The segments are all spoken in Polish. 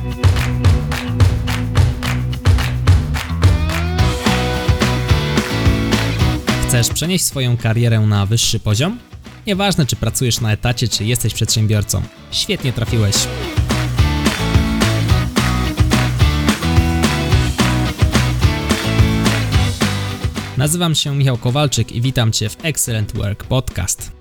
Chcesz przenieść swoją karierę na wyższy poziom? Nieważne, czy pracujesz na etacie, czy jesteś przedsiębiorcą. Świetnie trafiłeś. Nazywam się Michał Kowalczyk i witam Cię w Excellent Work Podcast.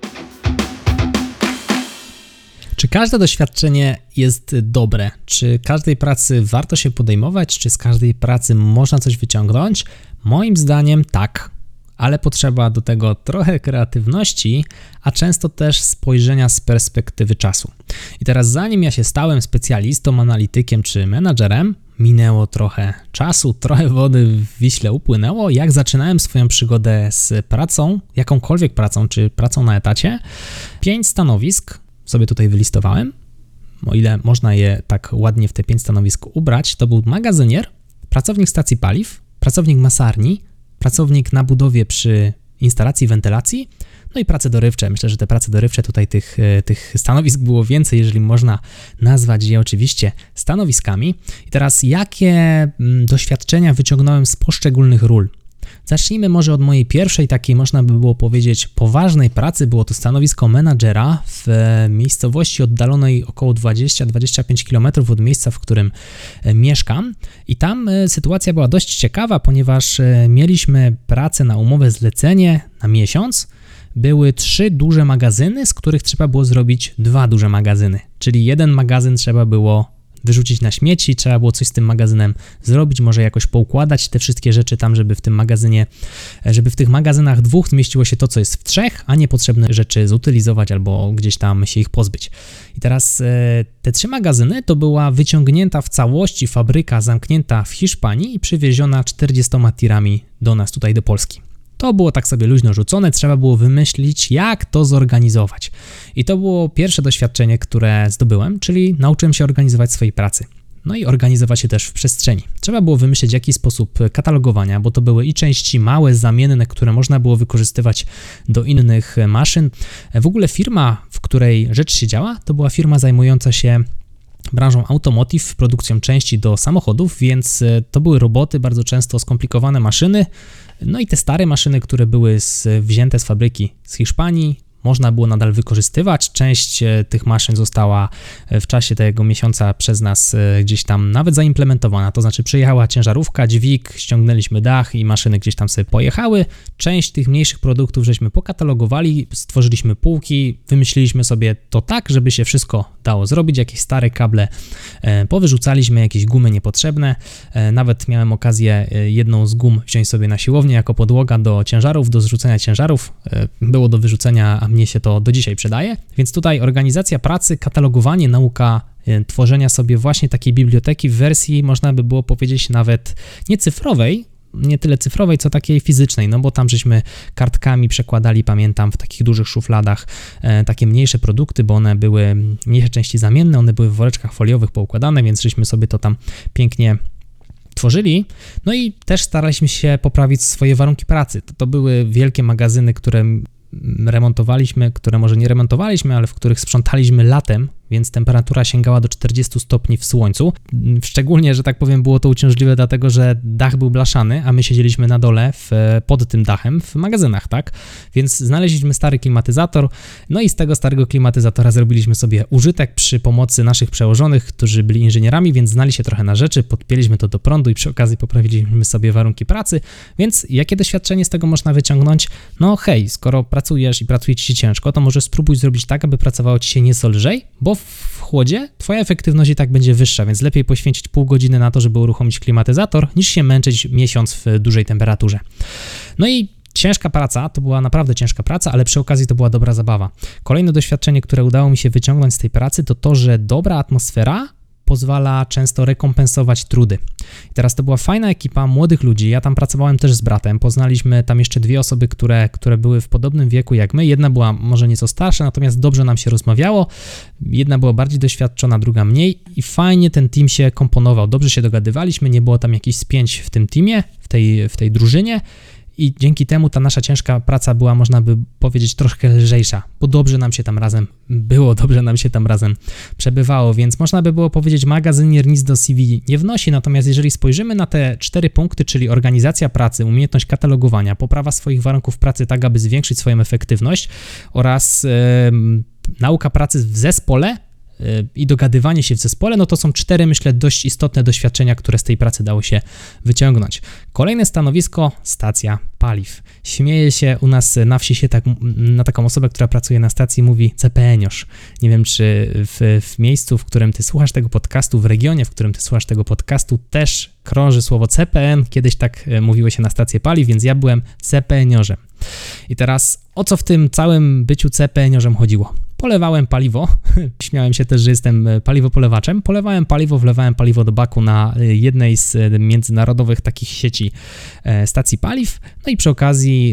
Czy każde doświadczenie jest dobre? Czy każdej pracy warto się podejmować? Czy z każdej pracy można coś wyciągnąć? Moim zdaniem tak, ale potrzeba do tego trochę kreatywności, a często też spojrzenia z perspektywy czasu. I teraz zanim ja się stałem specjalistą, analitykiem czy menadżerem, minęło trochę czasu, trochę wody w Wiśle upłynęło, jak zaczynałem swoją przygodę z pracą, jakąkolwiek pracą, czy pracą na etacie. 5 stanowisk sobie tutaj wylistowałem, o ile można je tak ładnie w te 5 stanowisk ubrać. To był magazynier, pracownik stacji paliw, pracownik masarni, pracownik na budowie przy instalacji wentylacji, no i prace dorywcze. Myślę, że te prace dorywcze tutaj tych stanowisk było więcej, jeżeli można nazwać je oczywiście stanowiskami. I teraz jakie doświadczenia wyciągnąłem z poszczególnych ról? Zacznijmy może od mojej pierwszej takiej, można by było powiedzieć, poważnej pracy. Było to stanowisko menadżera w miejscowości oddalonej około 20-25 km od miejsca, w którym mieszkam. I tam sytuacja była dość ciekawa, ponieważ mieliśmy pracę na umowę zlecenie na miesiąc. Były 3 duże magazyny, z których trzeba było zrobić 2 duże magazyny. Czyli jeden magazyn trzeba było wyrzucić na śmieci, trzeba było coś z tym magazynem zrobić, może jakoś poukładać te wszystkie rzeczy tam, żeby w tych magazynach 2 zmieściło się to, co jest w 3, a niepotrzebne rzeczy zutylizować albo gdzieś tam się ich pozbyć. I teraz te 3 magazyny to była wyciągnięta w całości fabryka zamknięta w Hiszpanii i przywieziona 40 tirami do nas tutaj do Polski. To było tak sobie luźno rzucone, trzeba było wymyślić, jak to zorganizować. I to było pierwsze doświadczenie, które zdobyłem, czyli nauczyłem się organizować swojej pracy. No i organizować się też w przestrzeni. Trzeba było wymyślić jakiś sposób katalogowania, bo to były i części małe, zamienne, które można było wykorzystywać do innych maszyn. W ogóle firma, w której rzecz się działa, to była firma zajmująca się branżą automotive, produkcją części do samochodów, więc to były roboty, bardzo często skomplikowane maszyny. No i te stare maszyny, które były wzięte z fabryki z Hiszpanii, można było nadal wykorzystywać. Część tych maszyn została w czasie tego miesiąca przez nas gdzieś tam nawet zaimplementowana. To znaczy przyjechała ciężarówka, dźwig, ściągnęliśmy dach i maszyny gdzieś tam sobie pojechały. Część tych mniejszych produktów żeśmy pokatalogowali, stworzyliśmy półki, wymyśliliśmy sobie to tak, żeby się wszystko dało zrobić. Jakieś stare kable powyrzucaliśmy, jakieś gumy niepotrzebne. Nawet miałem okazję jedną z gum wziąć sobie na siłownię jako podłoga do ciężarów, do zrzucenia ciężarów. Było do wyrzucenia, a mnie się to do dzisiaj przydaje, więc tutaj organizacja pracy, katalogowanie, nauka tworzenia sobie właśnie takiej biblioteki w wersji, można by było powiedzieć, nawet nie cyfrowej, nie tyle cyfrowej, co takiej fizycznej, no bo tam żeśmy kartkami przekładali, pamiętam, w takich dużych szufladach takie mniejsze produkty, bo one były mniejsze części zamienne, one były w woreczkach foliowych poukładane, więc żeśmy sobie to tam pięknie tworzyli, no i też staraliśmy się poprawić swoje warunki pracy. To były wielkie magazyny, które remontowaliśmy, które może nie remontowaliśmy, ale w których sprzątaliśmy latem, więc temperatura sięgała do 40 stopni w słońcu. Szczególnie, że tak powiem, było to uciążliwe, dlatego że dach był blaszany, a my siedzieliśmy na dole pod tym dachem w magazynach, tak? Więc znaleźliśmy stary klimatyzator, no i z tego starego klimatyzatora zrobiliśmy sobie użytek przy pomocy naszych przełożonych, którzy byli inżynierami, więc znali się trochę na rzeczy, podpięliśmy to do prądu i przy okazji poprawiliśmy sobie warunki pracy, więc jakie doświadczenie z tego można wyciągnąć? No hej, skoro pracujesz i pracuje ci się ciężko, to może spróbuj zrobić tak, aby pracowało ci się nieco lżej, bo w chłodzie twoja efektywność i tak będzie wyższa, więc lepiej poświęcić pół godziny na to, żeby uruchomić klimatyzator, niż się męczyć miesiąc w dużej temperaturze. No i ciężka praca, to była naprawdę ciężka praca, ale przy okazji to była dobra zabawa. Kolejne doświadczenie, które udało mi się wyciągnąć z tej pracy, to to, że dobra atmosfera pozwala często rekompensować trudy. I teraz to była fajna ekipa młodych ludzi, ja tam pracowałem też z bratem, poznaliśmy tam jeszcze 2 osoby, które były w podobnym wieku jak my, jedna była może nieco starsza, natomiast dobrze nam się rozmawiało, jedna była bardziej doświadczona, druga mniej i fajnie ten team się komponował, dobrze się dogadywaliśmy, nie było tam jakichś spięć w tym teamie, w tej drużynie i dzięki temu ta nasza ciężka praca była, można by powiedzieć, troszkę lżejsza, bo dobrze nam się tam razem przebywało, więc można by było powiedzieć, magazynier nic do CV nie wnosi, natomiast jeżeli spojrzymy na te 4 punkty, czyli organizacja pracy, umiejętność katalogowania, poprawa swoich warunków pracy tak, aby zwiększyć swoją efektywność oraz nauka pracy w zespole i dogadywanie się w zespole, no to są 4, myślę, dość istotne doświadczenia, które z tej pracy dało się wyciągnąć. Kolejne stanowisko, stacja paliw. Śmieje się u nas na wsi się tak, na taką osobę, która pracuje na stacji, mówi CPN-iosz. Nie wiem, czy w miejscu, w którym ty słuchasz tego podcastu, w regionie, w którym ty słuchasz tego podcastu, też krąży słowo CPN. Kiedyś tak mówiło się na stację paliw, więc ja byłem CPN-iorzem. I teraz o co w tym całym byciu CPN-iorzem chodziło? Polewałem paliwo, śmiałem się też, że jestem paliwopolewaczem, polewałem paliwo, wlewałem paliwo do baku na jednej z międzynarodowych takich sieci stacji paliw, no i przy okazji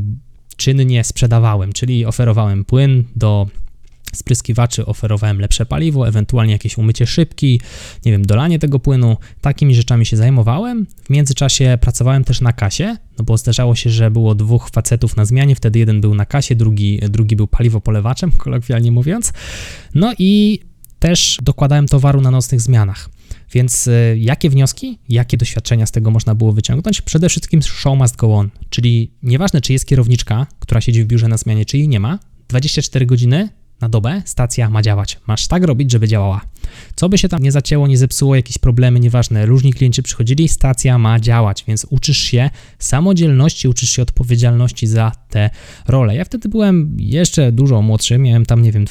czynnie sprzedawałem, czyli oferowałem płyn do spryskiwaczy, oferowałem lepsze paliwo, ewentualnie jakieś umycie szybki, nie wiem, dolanie tego płynu, takimi rzeczami się zajmowałem. W międzyczasie pracowałem też na kasie, no bo zdarzało się, że było 2 facetów na zmianie, wtedy jeden był na kasie, drugi był paliwopolewaczem, kolokwialnie mówiąc. No i też dokładałem towaru na nocnych zmianach. Więc jakie wnioski, jakie doświadczenia z tego można było wyciągnąć? Przede wszystkim show must go on, czyli nieważne, czy jest kierowniczka, która siedzi w biurze na zmianie, czy jej nie ma, 24 godziny na dobę stacja ma działać. Masz tak robić, żeby działała. Co by się tam nie zacięło, nie zepsuło, jakieś problemy, nieważne, różni klienci przychodzili, stacja ma działać, więc uczysz się samodzielności, uczysz się odpowiedzialności za te role. Ja wtedy byłem jeszcze dużo młodszy, miałem tam, nie wiem,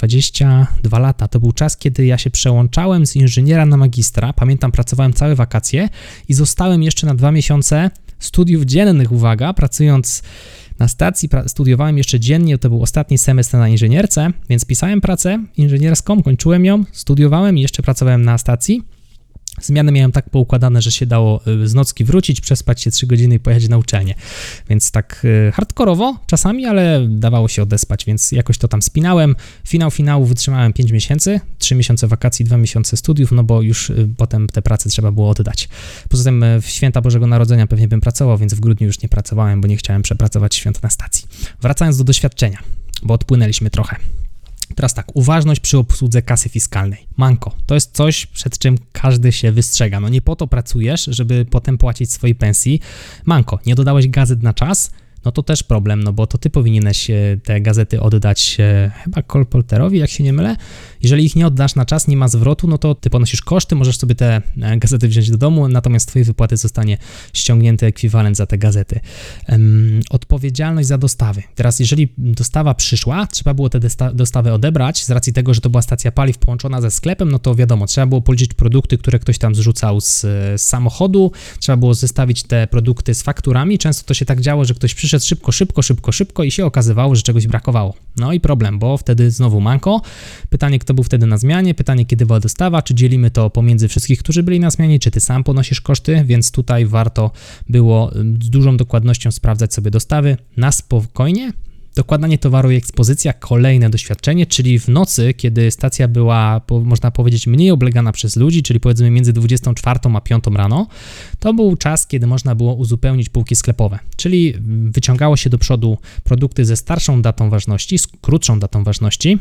22 lata. To był czas, kiedy ja się przełączałem z inżyniera na magistra. Pamiętam, pracowałem całe wakacje i zostałem jeszcze na 2 miesiące studiów dziennych, uwaga, pracując na stacji, studiowałem jeszcze dziennie, to był ostatni semestr na inżynierce, więc pisałem pracę inżynierską, kończyłem ją, studiowałem i jeszcze pracowałem na stacji. Zmiany miałem tak poukładane, że się dało z nocki wrócić, przespać się 3 godziny i pojechać na uczelnię. Więc tak hardkorowo czasami, ale dawało się odespać, więc jakoś to tam spinałem. Finał finału wytrzymałem 5 miesięcy, 3 miesiące wakacji, 2 miesiące studiów, no bo już potem te prace trzeba było oddać. Poza tym w święta Bożego Narodzenia pewnie bym pracował, więc w grudniu już nie pracowałem, bo nie chciałem przepracować świąt na stacji. Wracając do doświadczenia, bo odpłynęliśmy trochę. Teraz tak, uważność przy obsłudze kasy fiskalnej. Manko, to jest coś, przed czym każdy się wystrzega. No nie po to pracujesz, żeby potem płacić swojej pensji. Manko, nie dodałeś gazet na czas? No to też problem, no bo to ty powinieneś te gazety oddać chyba kolporterowi, jak się nie mylę. Jeżeli ich nie oddasz na czas, nie ma zwrotu, no to ty ponosisz koszty, możesz sobie te gazety wziąć do domu, natomiast z twojej wypłaty zostanie ściągnięty ekwiwalent za te gazety. Odpowiedzialność za dostawy. Teraz jeżeli dostawa przyszła, trzeba było tę dostawę odebrać, z racji tego, że to była stacja paliw połączona ze sklepem, no to wiadomo, trzeba było policzyć produkty, które ktoś tam zrzucał z samochodu, trzeba było zestawić te produkty z fakturami. Często to się tak działo, że ktoś przyszedł szybko i się okazywało, że czegoś brakowało. No i problem, bo wtedy znowu manko. Pytanie, kto był wtedy na zmianie, pytanie, kiedy była dostawa, czy dzielimy to pomiędzy wszystkich, którzy byli na zmianie, czy ty sam ponosisz koszty, więc tutaj warto było z dużą dokładnością sprawdzać sobie dostawy na spokojnie. Dokładanie towaru i ekspozycja, kolejne doświadczenie, czyli w nocy, kiedy stacja była, można powiedzieć, mniej oblegana przez ludzi, czyli powiedzmy między 24 a 5 rano, to był czas, kiedy można było uzupełnić półki sklepowe, czyli wyciągało się do przodu produkty ze starszą datą ważności, z krótszą datą ważności.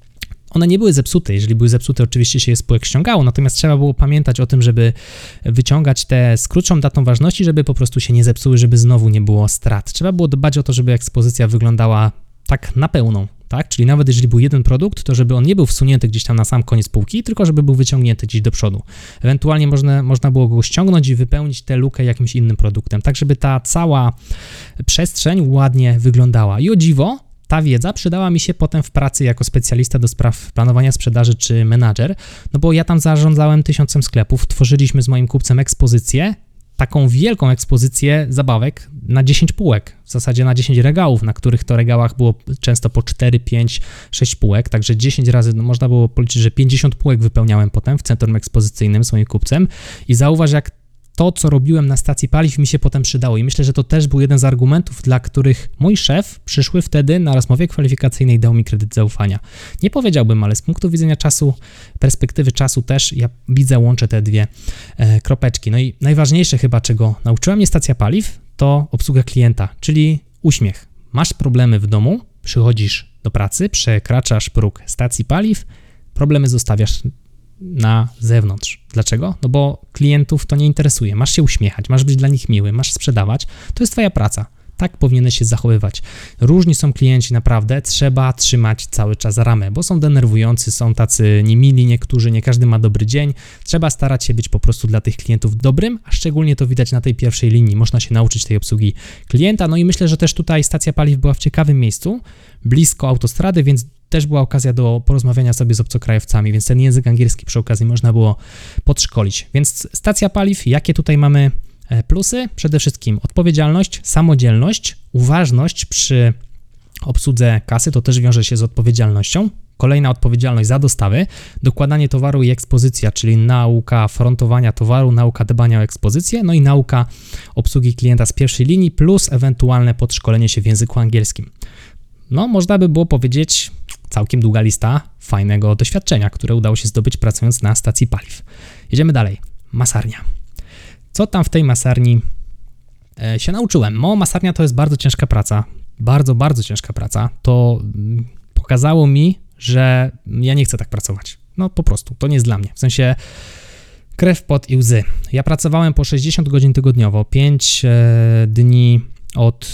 One nie były zepsute, jeżeli były zepsute, oczywiście się je z półek ściągało, natomiast trzeba było pamiętać o tym, żeby wyciągać te z krótszą datą ważności, żeby po prostu się nie zepsuły, żeby znowu nie było strat. Trzeba było dbać o to, żeby ekspozycja wyglądała tak na pełną, tak? Czyli nawet jeżeli był jeden produkt, to żeby on nie był wsunięty gdzieś tam na sam koniec półki, tylko żeby był wyciągnięty gdzieś do przodu. Ewentualnie można było go ściągnąć i wypełnić tę lukę jakimś innym produktem, tak żeby ta cała przestrzeń ładnie wyglądała. I o dziwo, ta wiedza przydała mi się potem w pracy jako specjalista do spraw planowania sprzedaży czy menadżer, no bo ja tam zarządzałem 1000 sklepów, tworzyliśmy z moim kupcem ekspozycję, taką wielką ekspozycję zabawek na 10 półek, w zasadzie na 10 regałów, na których to regałach było często po 4, 5, 6 półek, także 10 razy, no można było policzyć, że 50 półek wypełniałem potem w centrum ekspozycyjnym z moim kupcem i zauważ, jak to, co robiłem na stacji paliw, mi się potem przydało i myślę, że to też był jeden z argumentów, dla których mój szef przyszły wtedy na rozmowie kwalifikacyjnej dał mi kredyt zaufania. Nie powiedziałbym, ale z punktu widzenia czasu, perspektywy czasu też ja widzę, łączę te dwie kropeczki. No i najważniejsze chyba, czego nauczyła mnie stacja paliw, to obsługa klienta, czyli uśmiech. Masz problemy w domu, przychodzisz do pracy, przekraczasz próg stacji paliw, problemy zostawiasz na zewnątrz. Dlaczego? No bo klientów to nie interesuje. Masz się uśmiechać, masz być dla nich miły, masz sprzedawać. To jest twoja praca. Tak powinieneś się zachowywać. Różni są klienci naprawdę, trzeba trzymać cały czas ramę, bo są denerwujący, są tacy niemili niektórzy, nie każdy ma dobry dzień. Trzeba starać się być po prostu dla tych klientów dobrym, a szczególnie to widać na tej pierwszej linii. Można się nauczyć tej obsługi klienta. No i myślę, że też tutaj stacja paliw była w ciekawym miejscu, blisko autostrady, więc też była okazja do porozmawiania sobie z obcokrajowcami, więc ten język angielski przy okazji można było podszkolić. Więc stacja paliw, jakie tutaj mamy plusy? Przede wszystkim odpowiedzialność, samodzielność, uważność przy obsłudze kasy, to też wiąże się z odpowiedzialnością. Kolejna odpowiedzialność za dostawy, dokładanie towaru i ekspozycja, czyli nauka frontowania towaru, nauka dbania o ekspozycję, no i nauka obsługi klienta z pierwszej linii, plus ewentualne podszkolenie się w języku angielskim. No, można by było powiedzieć, całkiem długa lista fajnego doświadczenia, które udało się zdobyć pracując na stacji paliw. Jedziemy dalej. Masarnia. Co tam w tej masarni się nauczyłem? Masarnia to jest bardzo ciężka praca. Bardzo, bardzo ciężka praca. To pokazało mi, że ja nie chcę tak pracować. No po prostu, to nie jest dla mnie. W sensie krew, pot i łzy. Ja pracowałem po 60 godzin tygodniowo, 5 dni od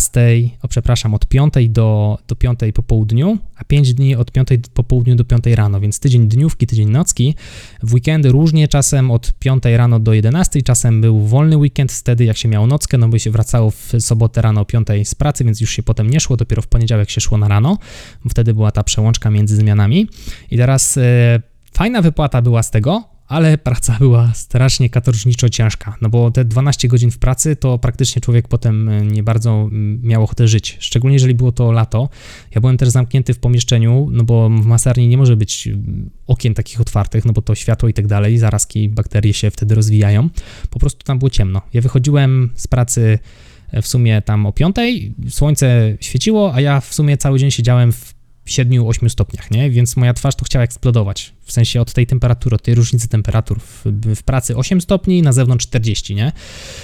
5 do 5 po południu, a 5 dni od 5 po południu do 5 rano, więc tydzień dniówki, tydzień nocki, w weekendy różnie, czasem od 5 rano do 11, czasem był wolny weekend, wtedy jak się miało nockę, no bo się wracało w sobotę rano o 5 z pracy, więc już się potem nie szło, dopiero w poniedziałek się szło na rano, bo wtedy była ta przełączka między zmianami i teraz fajna wypłata była z tego, ale praca była strasznie katorżniczo ciężka, no bo te 12 godzin w pracy to praktycznie człowiek potem nie bardzo miał ochotę żyć, szczególnie jeżeli było to lato. Ja byłem też zamknięty w pomieszczeniu, no bo w masarni nie może być okien takich otwartych, no bo to światło i tak dalej, zarazki, bakterie się wtedy rozwijają, po prostu tam było ciemno. Ja wychodziłem z pracy w sumie tam o 5, słońce świeciło, a ja w sumie cały dzień siedziałem w 7-8 stopniach, nie? Więc moja twarz to chciała eksplodować, w sensie od tej temperatury, od tej różnicy temperatur. W pracy 8 stopni, na zewnątrz 40, nie?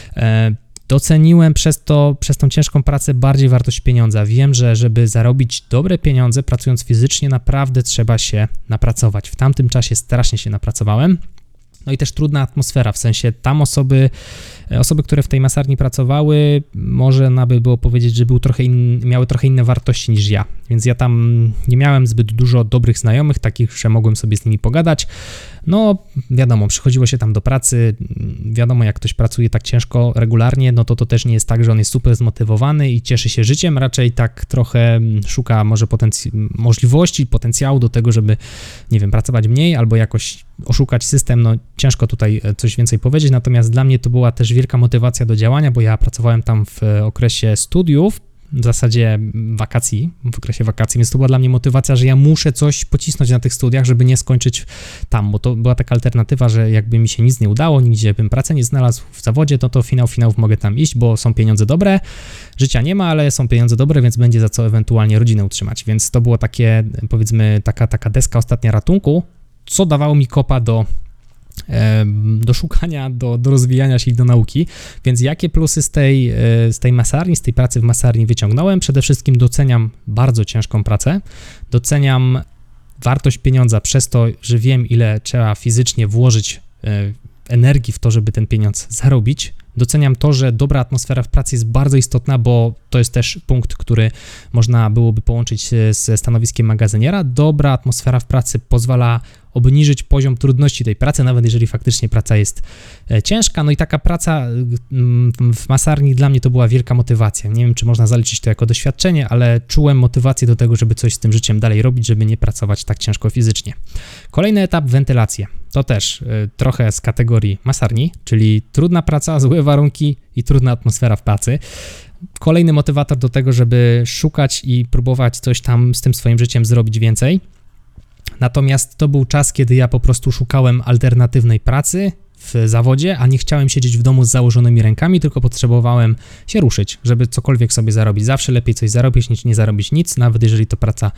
Doceniłem przez tą ciężką pracę bardziej wartość pieniądza. Wiem, że żeby zarobić dobre pieniądze, pracując fizycznie, naprawdę trzeba się napracować. W tamtym czasie strasznie się napracowałem. No i też trudna atmosfera, w sensie tam osoby, które w tej masarni pracowały, można by było powiedzieć, że miały trochę inne wartości niż ja, więc ja tam nie miałem zbyt dużo dobrych znajomych, takich, że mogłem sobie z nimi pogadać. No wiadomo, przychodziło się tam do pracy, wiadomo, jak ktoś pracuje tak ciężko, regularnie, no to też nie jest tak, że on jest super zmotywowany i cieszy się życiem, raczej tak trochę szuka może możliwości, potencjału do tego, żeby, nie wiem, pracować mniej albo jakoś oszukać system, no ciężko tutaj coś więcej powiedzieć, natomiast dla mnie to była też wielka motywacja do działania, bo ja pracowałem tam w okresie studiów, w zasadzie w okresie wakacji, więc to była dla mnie motywacja, że ja muszę coś pocisnąć na tych studiach, żeby nie skończyć tam, bo to była taka alternatywa, że jakby mi się nic nie udało, nigdzie bym pracy nie znalazł w zawodzie, to finałów mogę tam iść, bo są pieniądze dobre, życia nie ma, ale są pieniądze dobre, więc będzie za co ewentualnie rodzinę utrzymać, więc to było takie, powiedzmy, taka deska ostatnia ratunku, co dawało mi kopa do szukania, do rozwijania się i do nauki, więc jakie plusy z tej masarni, z tej pracy w masarni wyciągnąłem? Przede wszystkim doceniam bardzo ciężką pracę, doceniam wartość pieniądza przez to, że wiem, ile trzeba fizycznie włożyć energii w to, żeby ten pieniądz zarobić. Doceniam to, że dobra atmosfera w pracy jest bardzo istotna, bo to jest też punkt, który można byłoby połączyć ze stanowiskiem magazyniera. Dobra atmosfera w pracy pozwala obniżyć poziom trudności tej pracy, nawet jeżeli faktycznie praca jest ciężka. No i taka praca w masarni dla mnie to była wielka motywacja. Nie wiem, czy można zaliczyć to jako doświadczenie, ale czułem motywację do tego, żeby coś z tym życiem dalej robić, żeby nie pracować tak ciężko fizycznie. Kolejny etap, wentylacje. To też trochę z kategorii masarni, czyli trudna praca, złe warunki i trudna atmosfera w pracy. Kolejny motywator do tego, żeby szukać i próbować coś tam z tym swoim życiem zrobić więcej. Natomiast to był czas, kiedy ja po prostu szukałem alternatywnej pracy, w zawodzie, a nie chciałem siedzieć w domu z założonymi rękami, tylko potrzebowałem się ruszyć, żeby cokolwiek sobie zarobić. Zawsze lepiej coś zarobić, niż nie zarobić nic, nawet jeżeli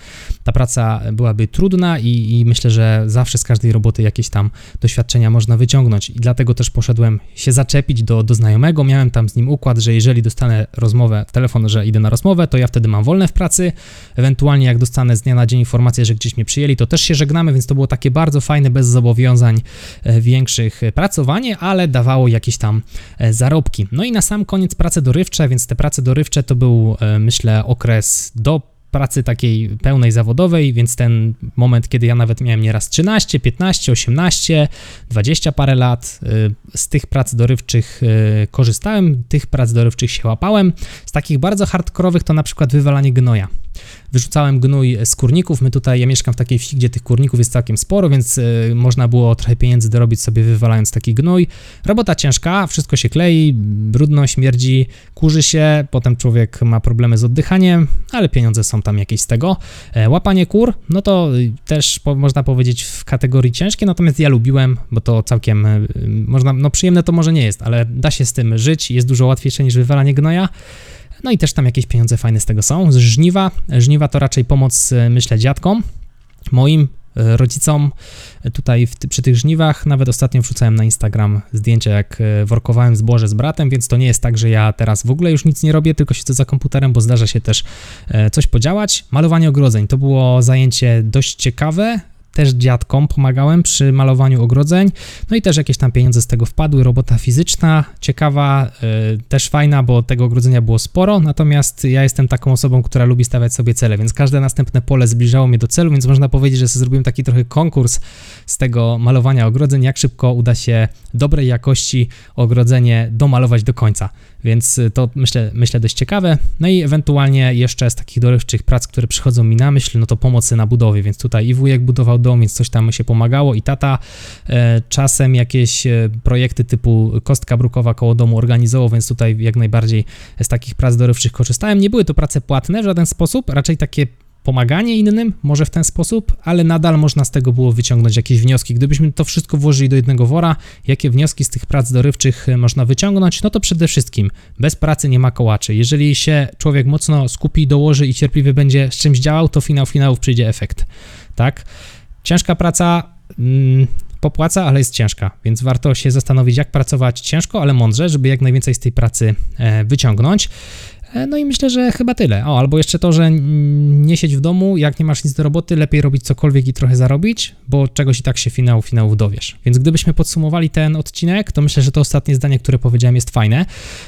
ta praca byłaby trudna i myślę, że zawsze z każdej roboty jakieś tam doświadczenia można wyciągnąć i dlatego też poszedłem się zaczepić do znajomego, miałem tam z nim układ, że jeżeli dostanę telefon, że idę na rozmowę, to ja wtedy mam wolne w pracy, ewentualnie jak dostanę z dnia na dzień informację, że gdzieś mnie przyjęli, to też się żegnamy, więc to było takie bardzo fajne, bez zobowiązań większych pracowanie, ale dawało jakieś tam zarobki. No i na sam koniec prace dorywcze, więc te prace dorywcze to był, myślę, okres do pracy takiej pełnej zawodowej, więc ten moment, kiedy ja nawet miałem nieraz 13, 15, 18, 20 parę lat, z tych prac dorywczych korzystałem, tych prac dorywczych się łapałem. Z takich bardzo hardkorowych to na przykład wywalanie gnoja. Wyrzucałem gnój z kurników, ja mieszkam w takiej wsi, gdzie tych kurników jest całkiem sporo, więc można było trochę pieniędzy dorobić sobie wywalając taki gnój. Robota ciężka, wszystko się klei, brudno, śmierdzi, kurzy się, potem człowiek ma problemy z oddychaniem, ale pieniądze są tam jakieś z tego. Łapanie kur, no to też można powiedzieć w kategorii ciężkie, natomiast ja lubiłem, bo to całkiem przyjemne to może nie jest, ale da się z tym żyć, jest dużo łatwiejsze niż wywalanie gnoja. No i też tam jakieś pieniądze fajne z tego są. Z żniwa to raczej pomoc, myślę, dziadkom, moim rodzicom tutaj przy tych żniwach. Nawet ostatnio wrzucałem na Instagram zdjęcia, jak workowałem zboże z bratem, więc to nie jest tak, że ja teraz w ogóle już nic nie robię, tylko siedzę za komputerem, bo zdarza się też coś podziałać. Malowanie ogrodzeń to było zajęcie dość ciekawe. Też dziadkom pomagałem przy malowaniu ogrodzeń, no i też jakieś tam pieniądze z tego wpadły, robota fizyczna, ciekawa, też fajna, bo tego ogrodzenia było sporo, natomiast ja jestem taką osobą, która lubi stawiać sobie cele, więc każde następne pole zbliżało mnie do celu, więc można powiedzieć, że sobie zrobiłem taki trochę konkurs z tego malowania ogrodzeń, jak szybko uda się dobrej jakości ogrodzenie domalować do końca, więc to myślę dość ciekawe. No i ewentualnie jeszcze z takich dorywczych prac, które przychodzą mi na myśl, no to pomocy na budowie, więc tutaj i wujek budował dom, więc coś tam się pomagało i tata czasem jakieś projekty typu kostka brukowa koło domu organizował, więc tutaj jak najbardziej z takich prac dorywczych korzystałem. Nie były to prace płatne w żaden sposób, raczej takie pomaganie innym, może w ten sposób, ale nadal można z tego było wyciągnąć jakieś wnioski. Gdybyśmy to wszystko włożyli do jednego wora, jakie wnioski z tych prac dorywczych można wyciągnąć, no to przede wszystkim bez pracy nie ma kołaczy. Jeżeli się człowiek mocno skupi, dołoży i cierpliwie będzie z czymś działał, to finałów przyjdzie efekt, tak? Ciężka praca popłaca, ale jest ciężka, więc warto się zastanowić, jak pracować ciężko, ale mądrze, żeby jak najwięcej z tej pracy wyciągnąć. No i myślę, że chyba tyle. Albo jeszcze to, że nie siedź w domu, jak nie masz nic do roboty, lepiej robić cokolwiek i trochę zarobić, bo czegoś i tak się finałów dowiesz. Więc gdybyśmy podsumowali ten odcinek, to myślę, że to ostatnie zdanie, które powiedziałem, jest fajne.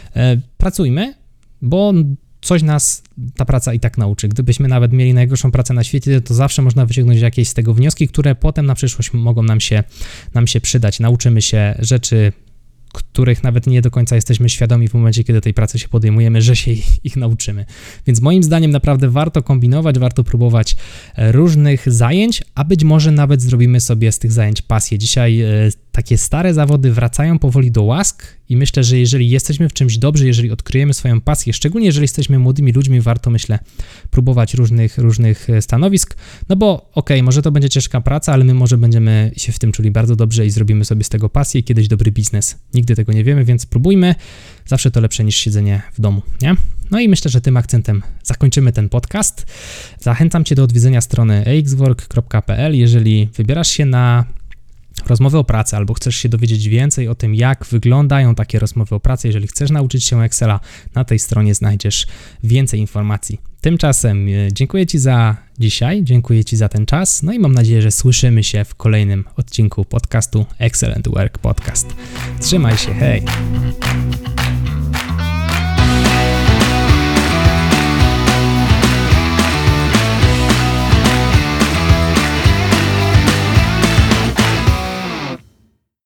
Pracujmy, bo coś nas ta praca i tak nauczy. Gdybyśmy nawet mieli najgorszą pracę na świecie, to zawsze można wyciągnąć jakieś z tego wnioski, które potem na przyszłość mogą nam się przydać. Nauczymy się rzeczy, których nawet nie do końca jesteśmy świadomi w momencie, kiedy tej pracy się podejmujemy, że się ich nauczymy. Więc moim zdaniem naprawdę warto kombinować, warto próbować różnych zajęć, a być może nawet zrobimy sobie z tych zajęć pasję. Dzisiaj takie stare zawody wracają powoli do łask i myślę, że jeżeli jesteśmy w czymś dobrzy, jeżeli odkryjemy swoją pasję, szczególnie jeżeli jesteśmy młodymi ludźmi, warto, myślę, próbować różnych stanowisk, no bo może to będzie ciężka praca, ale my może będziemy się w tym czuli bardzo dobrze i zrobimy sobie z tego pasję i kiedyś dobry biznes. Nigdy tego nie wiemy, więc próbujmy. Zawsze to lepsze niż siedzenie w domu, nie? No i myślę, że tym akcentem zakończymy ten podcast. Zachęcam Cię do odwiedzenia strony axwork.pl. Jeżeli wybierasz się na rozmowy o pracy, albo chcesz się dowiedzieć więcej o tym, jak wyglądają takie rozmowy o pracy, jeżeli chcesz nauczyć się Excela, na tej stronie znajdziesz więcej informacji. Tymczasem dziękuję Ci za dzisiaj, dziękuję Ci za ten czas, no i mam nadzieję, że słyszymy się w kolejnym odcinku podcastu Excellent Work Podcast. Trzymaj się, hej!